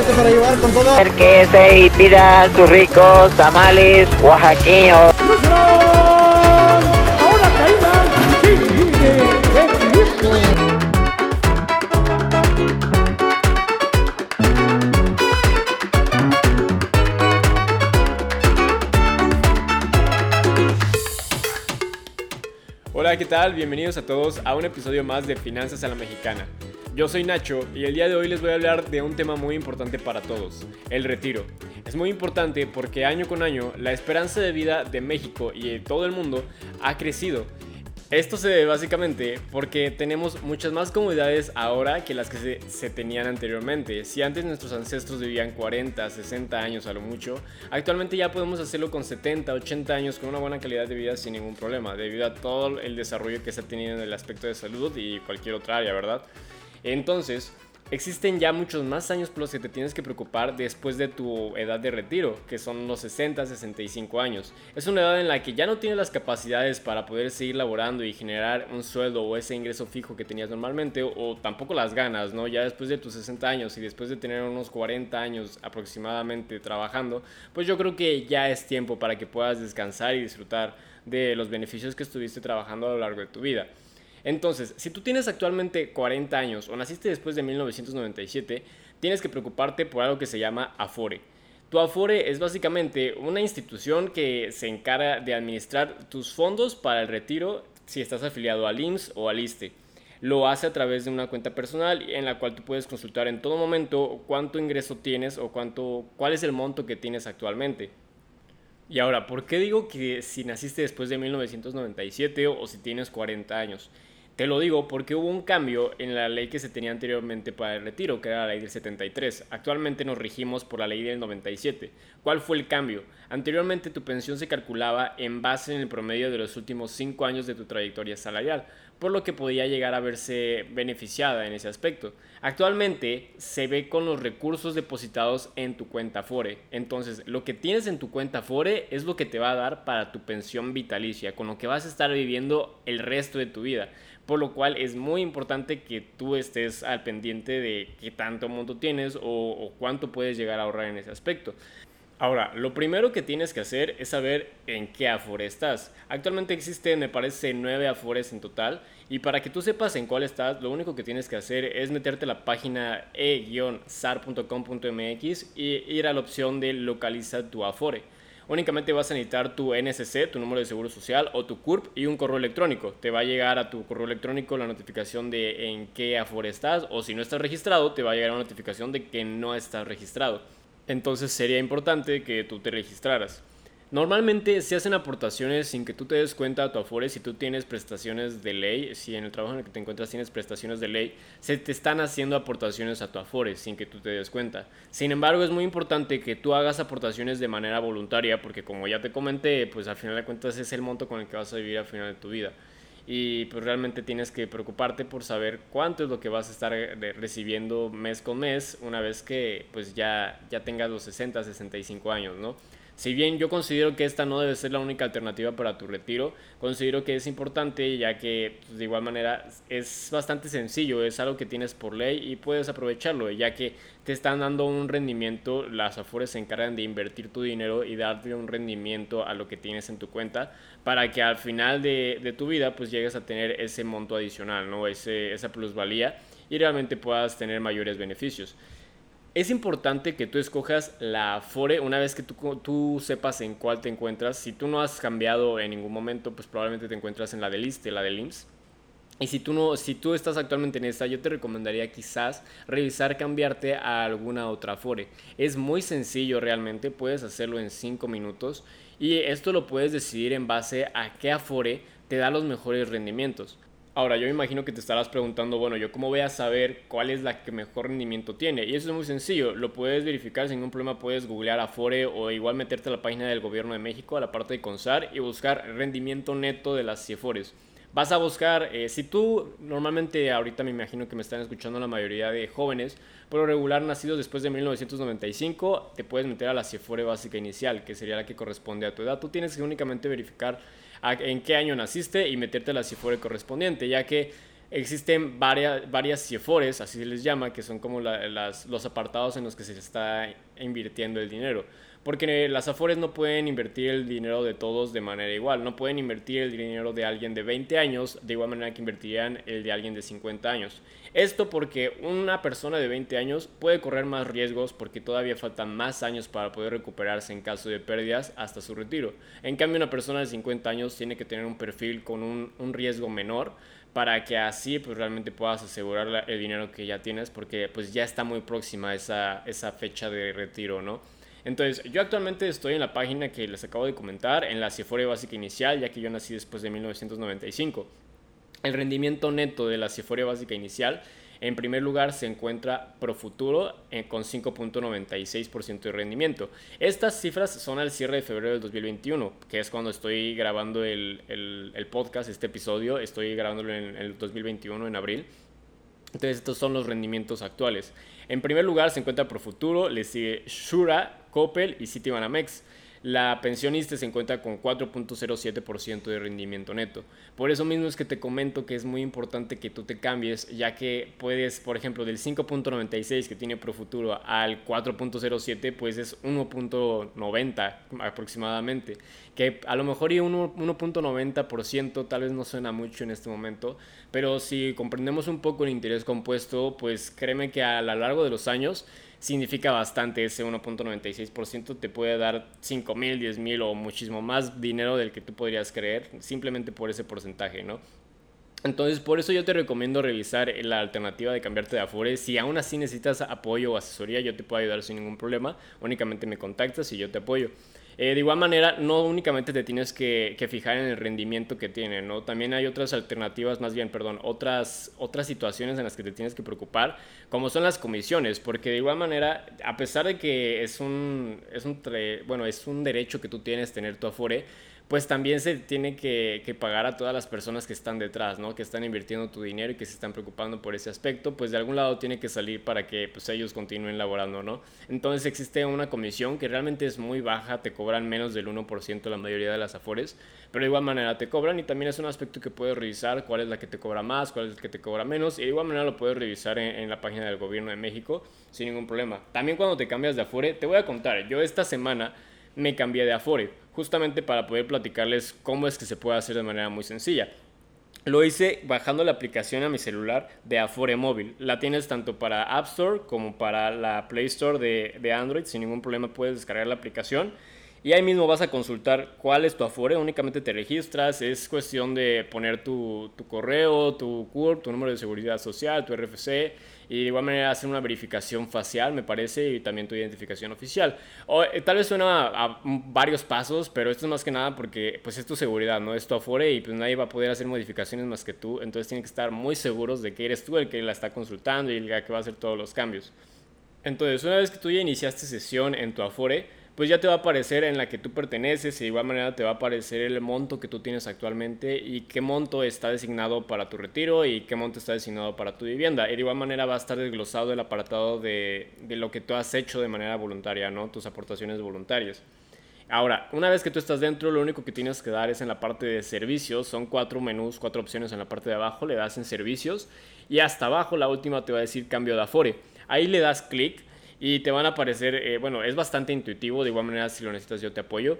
listos para llevar con todo. Que se pidan sus ricos tamales oaxaqueños. Ahora caída. Hola, ¿qué tal? Bienvenidos a todos a un episodio más de Finanzas a la Mexicana. Yo soy Nacho y el día de hoy les voy a hablar de un tema muy importante para todos, el retiro. Es muy importante porque año con año la esperanza de vida de México y de todo el mundo ha crecido. Esto se debe básicamente porque tenemos muchas más comodidades ahora que las que se tenían anteriormente. Si antes nuestros ancestros vivían 40, 60 años a lo mucho, actualmente ya podemos hacerlo con 70, 80 años con una buena calidad de vida sin ningún problema, debido a todo el desarrollo que se ha tenido en el aspecto de salud y cualquier otra área, ¿verdad? Entonces, existen ya muchos más años por los que te tienes que preocupar después de tu edad de retiro, que son los 60, 65 años. Es una edad en la que ya no tienes las capacidades para poder seguir laborando y generar un sueldo o ese ingreso fijo que tenías normalmente, o tampoco las ganas, ¿no? Ya después de tus 60 años y después de tener unos 40 años aproximadamente trabajando, pues yo creo que ya es tiempo para que puedas descansar y disfrutar de los beneficios que estuviste trabajando a lo largo de tu vida. Entonces, si tú tienes actualmente 40 años o naciste después de 1997, tienes que preocuparte por algo que se llama Afore. Tu Afore es básicamente una institución que se encarga de administrar tus fondos para el retiro si estás afiliado al IMSS o al ISSSTE. Lo hace a través de una cuenta personal en la cual tú puedes consultar en todo momento cuánto ingreso tienes o cuál es el monto que tienes actualmente. Y ahora, ¿por qué digo que si naciste después de 1997 o si tienes 40 años? Te lo digo porque hubo un cambio en la ley que se tenía anteriormente para el retiro, que era la ley del 73. Actualmente nos regimos por la ley del 97. ¿Cuál fue el cambio? Anteriormente tu pensión se calculaba en base en el promedio de los últimos 5 años de tu trayectoria salarial, por lo que podía llegar a verse beneficiada en ese aspecto. Actualmente se ve con los recursos depositados en tu cuenta Afore. Entonces, lo que tienes en tu cuenta Afore es lo que te va a dar para tu pensión vitalicia, con lo que vas a estar viviendo el resto de tu vida. Por lo cual es muy importante que tú estés al pendiente de qué tanto monto tienes o cuánto puedes llegar a ahorrar en ese aspecto. Ahora, lo primero que tienes que hacer es saber en qué Afore estás. Actualmente existen, me parece, 9 Afores en total. Y para que tú sepas en cuál estás, lo único que tienes que hacer es meterte a la página e-sar.com.mx y ir a la opción de localiza tu Afore. Únicamente vas a necesitar tu NSC, tu número de seguro social, o tu CURP y un correo electrónico. Te va a llegar a tu correo electrónico la notificación de en qué Afore estás, o si no estás registrado, te va a llegar una notificación de que no estás registrado. Entonces sería importante que tú te registraras. Normalmente se hacen aportaciones sin que tú te des cuenta a tu Afore si tú tienes prestaciones de ley, si en el trabajo en el que te encuentras tienes prestaciones de ley, se te están haciendo aportaciones a tu Afore sin que tú te des cuenta. Sin embargo, es muy importante que tú hagas aportaciones de manera voluntaria porque como ya te comenté, pues al final de cuentas es el monto con el que vas a vivir al final de tu vida. Y pues realmente tienes que preocuparte por saber cuánto es lo que vas a estar recibiendo mes con mes una vez que pues ya tengas los 60, 65 años, ¿no? Si bien yo considero que esta no debe ser la única alternativa para tu retiro, considero que es importante ya que pues, de igual manera es bastante sencillo, es algo que tienes por ley y puedes aprovecharlo, ya que te están dando un rendimiento, las Afores se encargan de invertir tu dinero y darte un rendimiento a lo que tienes en tu cuenta para que al final de tu vida pues llegues a tener ese monto adicional, ¿no? Esa plusvalía y realmente puedas tener mayores beneficios. Es importante que tú escojas la Afore una vez que tú sepas en cuál te encuentras. Si tú no has cambiado en ningún momento, pues probablemente te encuentras en la del ISSSTE, la del IMSS. Y si tú estás actualmente en esta, yo te recomendaría quizás revisar cambiarte a alguna otra Afore. Es muy sencillo realmente, puedes hacerlo en 5 minutos y esto lo puedes decidir en base a qué Afore te da los mejores rendimientos. Ahora, yo me imagino que te estarás preguntando, bueno, ¿yo cómo voy a saber cuál es la que mejor rendimiento tiene? Y eso es muy sencillo, lo puedes verificar sin ningún problema, puedes googlear Afore o igual meterte a la página del Gobierno de México, a la parte de CONSAR y buscar rendimiento neto de las CIEFORES. Vas a buscar, si tú normalmente ahorita me imagino que me están escuchando la mayoría de jóvenes, por lo regular nacidos después de 1995, te puedes meter a la CIEFORE básica inicial, que sería la que corresponde a tu edad. Tú tienes que únicamente verificar en qué año naciste y meterte a la CIEFORE correspondiente, ya que existen varias CIFORES, así se les llama, que son como los apartados en los que se está invirtiendo el dinero. Porque las AFORES no pueden invertir el dinero de todos de manera igual. No pueden invertir el dinero de alguien de 20 años de igual manera que invertirían el de alguien de 50 años. Esto porque una persona de 20 años puede correr más riesgos porque todavía faltan más años para poder recuperarse en caso de pérdidas hasta su retiro. En cambio, una persona de 50 años tiene que tener un perfil con un riesgo menor para que así pues realmente puedas asegurar el dinero que ya tienes, porque pues ya está muy próxima esa fecha de retiro, ¿no? Entonces, yo actualmente estoy en la página que les acabo de comentar, en la CIFORE básica inicial, ya que yo nací después de 1995. El rendimiento neto de la CIFORE básica inicial, en primer lugar se encuentra Profuturo con 5.96% de rendimiento. Estas cifras son al cierre de febrero del 2021, que es cuando estoy grabando el podcast, este episodio, estoy grabándolo en el 2021, en abril. Entonces estos son los rendimientos actuales. En primer lugar se encuentra Profuturo, le sigue Shura, Coppel y Citibanamex. La pensionista se encuentra con 4.07% de rendimiento neto. Por eso mismo es que te comento que es muy importante que tú te cambies, ya que puedes, por ejemplo, del 5.96 que tiene Profuturo al 4.07, pues es 1.90 aproximadamente. Que a lo mejor y 1.90% tal vez no suena mucho en este momento, pero si comprendemos un poco el interés compuesto, pues créeme que a lo largo de los años significa bastante. Ese 1.96% te puede dar 5,000, 10,000 o muchísimo más dinero del que tú podrías creer, simplemente por ese porcentaje, ¿no? Entonces, por eso yo te recomiendo revisar la alternativa de cambiarte de Afore. Si aún así necesitas apoyo o asesoría, yo te puedo ayudar sin ningún problema. Únicamente me contactas y yo te apoyo. De igual manera, no únicamente te tienes que fijar en el rendimiento que tiene, ¿no? También hay otras alternativas, otras situaciones en las que te tienes que preocupar, como son las comisiones, porque de igual manera, a pesar de que es un derecho que tú tienes tener tu Afore, pues también se tiene que pagar a todas las personas que están detrás, ¿no? Que están invirtiendo tu dinero y que se están preocupando por ese aspecto, pues de algún lado tiene que salir para que pues ellos continúen laborando, ¿no? Entonces existe una comisión que realmente es muy baja, te cobran menos del 1% la mayoría de las Afores, pero de igual manera te cobran, y también es un aspecto que puedes revisar cuál es la que te cobra más, cuál es la que te cobra menos, y de igual manera lo puedes revisar en la página del gobierno de México sin ningún problema. También cuando te cambias de Afore, te voy a contar, yo esta semana me cambié de Afore, justamente para poder platicarles cómo es que se puede hacer de manera muy sencilla. Lo hice bajando la aplicación a mi celular de Afore Móvil. La tienes tanto para App Store como para la Play Store de Android. Sin ningún problema puedes descargar la aplicación. Y ahí mismo vas a consultar cuál es tu Afore, únicamente te registras, es cuestión de poner tu correo, tu CURP, tu número de seguridad social, tu RFC, y de igual manera hacer una verificación facial, me parece, y también tu identificación oficial. Tal vez suena a varios pasos, pero esto es más que nada porque pues es tu seguridad, no es tu Afore, y pues nadie va a poder hacer modificaciones más que tú, entonces tienen que estar muy seguros de que eres tú el que la está consultando y el que va a hacer todos los cambios. Entonces, una vez que tú ya iniciaste sesión en tu Afore, pues ya te va a aparecer en la que tú perteneces, y de igual manera te va a aparecer el monto que tú tienes actualmente y qué monto está designado para tu retiro y qué monto está designado para tu vivienda. Y de igual manera va a estar desglosado el apartado de lo que tú has hecho de manera voluntaria, ¿no? Tus aportaciones voluntarias. Ahora, una vez que tú estás dentro, lo único que tienes que dar es en la parte de servicios. Son 4 menús, 4 opciones en la parte de abajo. Le das en servicios y hasta abajo la última te va a decir cambio de Afore. Ahí le das clic y te van a aparecer, es bastante intuitivo, de igual manera si lo necesitas yo te apoyo,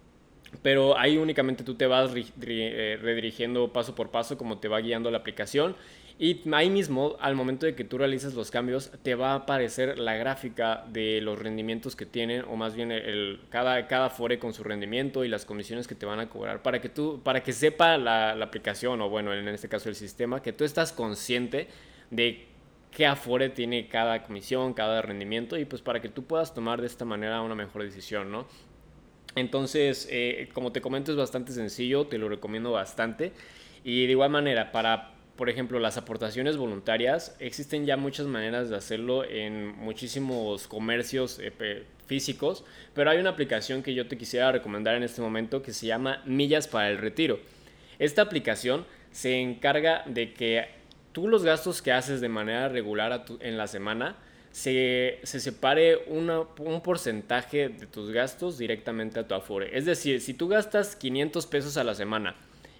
pero ahí únicamente tú te vas redirigiendo paso por paso como te va guiando la aplicación, y ahí mismo al momento de que tú realices los cambios te va a aparecer la gráfica de los rendimientos que tienen, o más bien cada Afore con su rendimiento y las comisiones que te van a cobrar, para que sepa la aplicación, o bueno, en este caso el sistema, que tú estás consciente de qué Afore tiene cada comisión, cada rendimiento, y pues para que tú puedas tomar de esta manera una mejor decisión, ¿no? Entonces, como te comento, es bastante sencillo, te lo recomiendo bastante. Y de igual manera, para, por ejemplo, las aportaciones voluntarias, existen ya muchas maneras de hacerlo en muchísimos comercios físicos, pero hay una aplicación que yo te quisiera recomendar en este momento que se llama Millas para el Retiro. Esta aplicación se encarga de que tú los gastos que haces de manera regular en la semana se separe un porcentaje de tus gastos directamente a tu Afore. Es decir, si tú gastas 500 pesos a la semana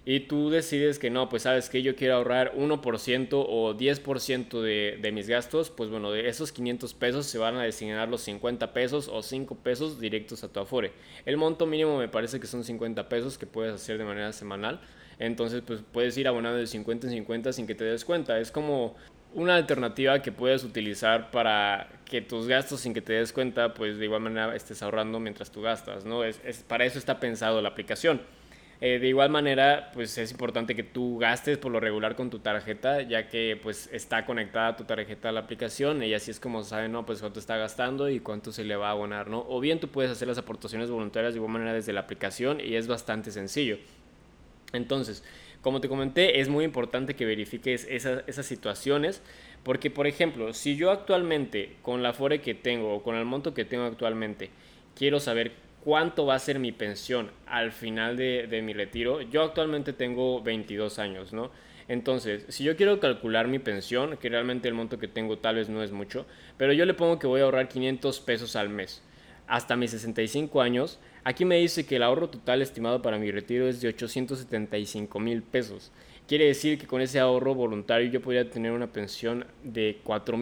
y tú decides que no, pues sabes que yo quiero ahorrar 1% o 10% de mis gastos, pues bueno, de esos 500 pesos se van a destinar los 50 pesos o 5 pesos directos a tu Afore. El monto mínimo me parece que son 50 pesos que puedes hacer de manera semanal. Entonces pues puedes ir abonando de 50 en 50 sin que te des cuenta. Es como una alternativa que puedes utilizar para que tus gastos sin que te des cuenta, pues de igual manera estés ahorrando mientras tú gastas, ¿no? Para eso está pensado la aplicación. De igual manera, pues es importante que tú gastes por lo regular con tu tarjeta, ya que pues está conectada tu tarjeta a la aplicación y así es como saben, ¿no? Pues cuánto está gastando y cuánto se le va a abonar, ¿no? O bien tú puedes hacer las aportaciones voluntarias de igual manera desde la aplicación y es bastante sencillo. Entonces, como te comenté, es muy importante que verifiques esas situaciones, porque por ejemplo, si yo actualmente con la Afore que tengo o con el monto que tengo actualmente, quiero saber cuánto va a ser mi pensión al final de mi retiro, yo actualmente tengo 22 años, ¿no? Entonces, si yo quiero calcular mi pensión, que realmente el monto que tengo tal vez no es mucho, pero yo le pongo que voy a ahorrar 500 pesos al mes hasta mis 65 años, aquí me dice que el ahorro total estimado para mi retiro es de 875,000 pesos. Quiere decir que con ese ahorro voluntario yo podría tener una pensión de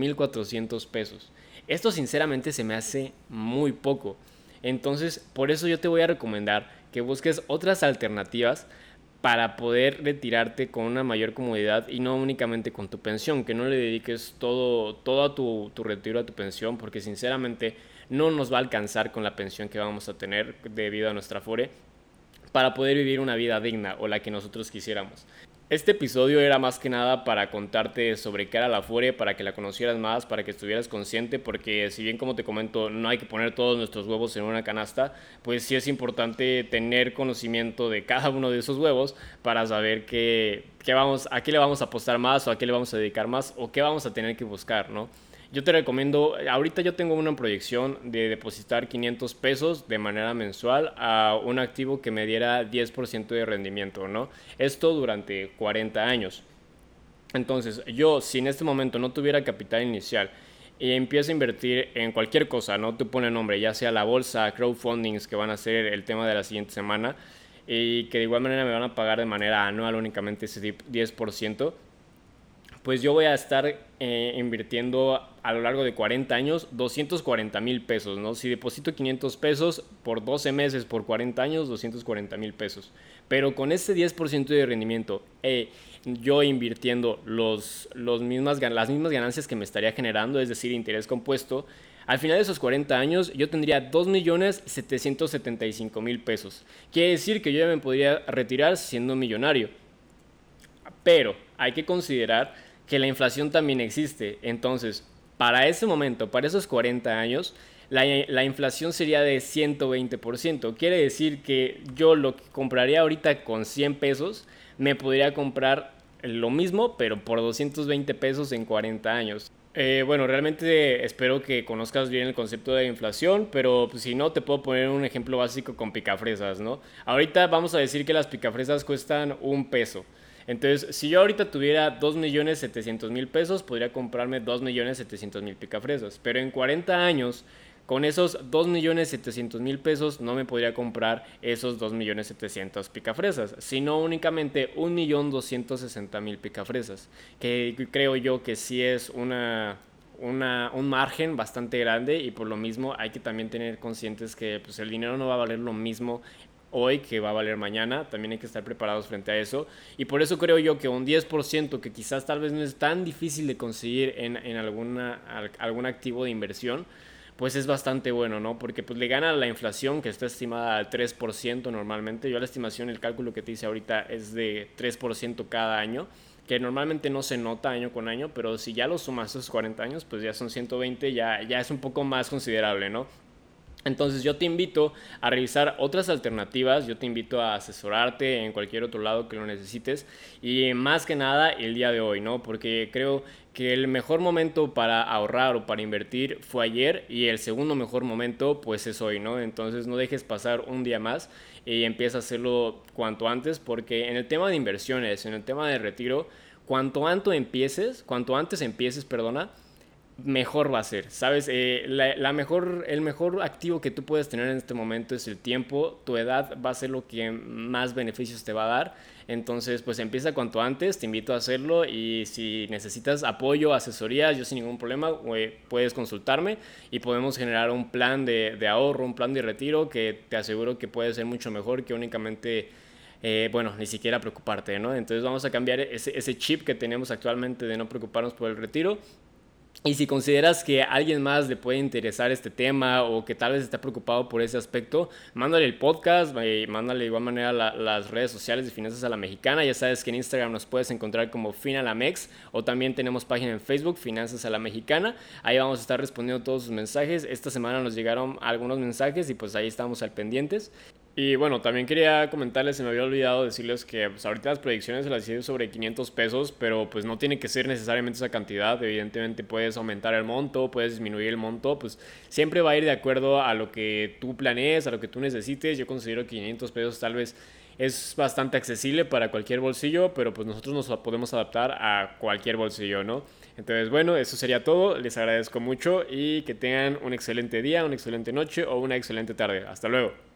4,400 pesos. Esto sinceramente se me hace muy poco. Entonces, por eso yo te voy a recomendar que busques otras alternativas para poder retirarte con una mayor comodidad y no únicamente con tu pensión, que no le dediques todo a tu retiro a tu pensión, porque sinceramente no nos va a alcanzar con la pensión que vamos a tener debido a nuestra Afore para poder vivir una vida digna o la que nosotros quisiéramos. Este episodio era más que nada para contarte sobre qué era la Afore, para que la conocieras más, para que estuvieras consciente, porque si bien como te comento no hay que poner todos nuestros huevos en una canasta, pues sí es importante tener conocimiento de cada uno de esos huevos para saber a qué le vamos a apostar más o a qué le vamos a dedicar más o qué vamos a tener que buscar, ¿no? Yo te recomiendo, ahorita yo tengo una proyección de depositar 500 pesos de manera mensual a un activo que me diera 10% de rendimiento, ¿no? Esto durante 40 años. Entonces, yo si en este momento no tuviera capital inicial y empiezo a invertir en cualquier cosa, ¿no? Tú pones nombre, ya sea la bolsa, crowdfundings que van a ser el tema de la siguiente semana y que de igual manera me van a pagar de manera anual únicamente ese 10%, pues yo voy a estar invirtiendo a lo largo de 40 años 240,000 pesos, ¿no? Si deposito 500 pesos por 12 meses, por 40 años, 240,000 pesos. Pero con ese 10% de rendimiento, yo invirtiendo las mismas ganancias que me estaría generando, es decir, interés compuesto, al final de esos 40 años yo tendría 2,775,000 pesos. Quiere decir que yo ya me podría retirar siendo millonario. Pero hay que considerar que la inflación también existe. Entonces, para ese momento, para esos 40 años, la inflación sería de 120%. Quiere decir que yo lo que compraría ahorita con 100 pesos, me podría comprar lo mismo, pero por 220 pesos en 40 años. Bueno, realmente espero que conozcas bien el concepto de inflación, pero pues, si no, te puedo poner un ejemplo básico con picafresas, ¿no? Ahorita vamos a decir que las picafresas cuestan 1 peso. Entonces, si yo ahorita tuviera 2,700,000 pesos, podría comprarme 2,700,000 picafresas. Pero en 40 años, con esos 2,700,000 pesos, no me podría comprar esos 2,700,000 picafresas, sino únicamente 1,260,000 picafresas. Que creo yo que sí es un margen bastante grande y por lo mismo hay que también tener conscientes que pues, el dinero no va a valer lo mismo hoy que va a valer mañana. También hay que estar preparados frente a eso y por eso creo yo que un 10% que quizás tal vez no es tan difícil de conseguir en algún activo de inversión, pues es bastante bueno, ¿no? Porque pues le gana la inflación que está estimada al 3% normalmente. Yo la estimación, el cálculo que te hice ahorita es de 3% cada año, que normalmente no se nota año con año, pero si ya lo sumas esos 40 años, pues ya son 120, ya es un poco más considerable, ¿no? Entonces yo te invito a revisar otras alternativas, yo te invito a asesorarte en cualquier otro lado que lo necesites y más que nada el día de hoy, ¿no? Porque creo que el mejor momento para ahorrar o para invertir fue ayer y el segundo mejor momento pues es hoy, ¿no? Entonces no dejes pasar un día más y empieza a hacerlo cuanto antes porque en el tema de inversiones, en el tema de retiro, cuanto antes empieces, mejor va a ser, ¿sabes? El mejor activo que tú puedes tener en este momento es el tiempo. Tu edad va a ser lo que más beneficios te va a dar. Entonces, pues empieza cuanto antes, te invito a hacerlo y si necesitas apoyo, asesoría, yo sin ningún problema, puedes consultarme y podemos generar un plan de ahorro, un plan de retiro que te aseguro que puede ser mucho mejor que únicamente bueno, ni siquiera preocuparte, ¿no? Entonces vamos a cambiar ese chip que tenemos actualmente de no preocuparnos por el retiro. Y si consideras que a alguien más le puede interesar este tema o que tal vez está preocupado por ese aspecto, mándale el podcast, mándale de igual manera las redes sociales de Finanzas a la Mexicana. Ya sabes que en Instagram nos puedes encontrar como Finalamex o también tenemos página en Facebook, Finanzas a la Mexicana. Ahí vamos a estar respondiendo todos sus mensajes. Esta semana nos llegaron algunos mensajes y pues ahí estamos al pendientes. Y bueno, también quería comentarles, se me había olvidado decirles que pues, ahorita las predicciones se las hice sobre 500 pesos, pero pues no tiene que ser necesariamente esa cantidad. Evidentemente puedes aumentar el monto, puedes disminuir el monto, pues siempre va a ir de acuerdo a lo que tú planees, a lo que tú necesites. Yo considero que 500 pesos tal vez es bastante accesible para cualquier bolsillo, pero pues nosotros nos podemos adaptar a cualquier bolsillo, ¿no? Entonces, bueno, eso sería todo. Les agradezco mucho y que tengan un excelente día, una excelente noche o una excelente tarde. Hasta luego.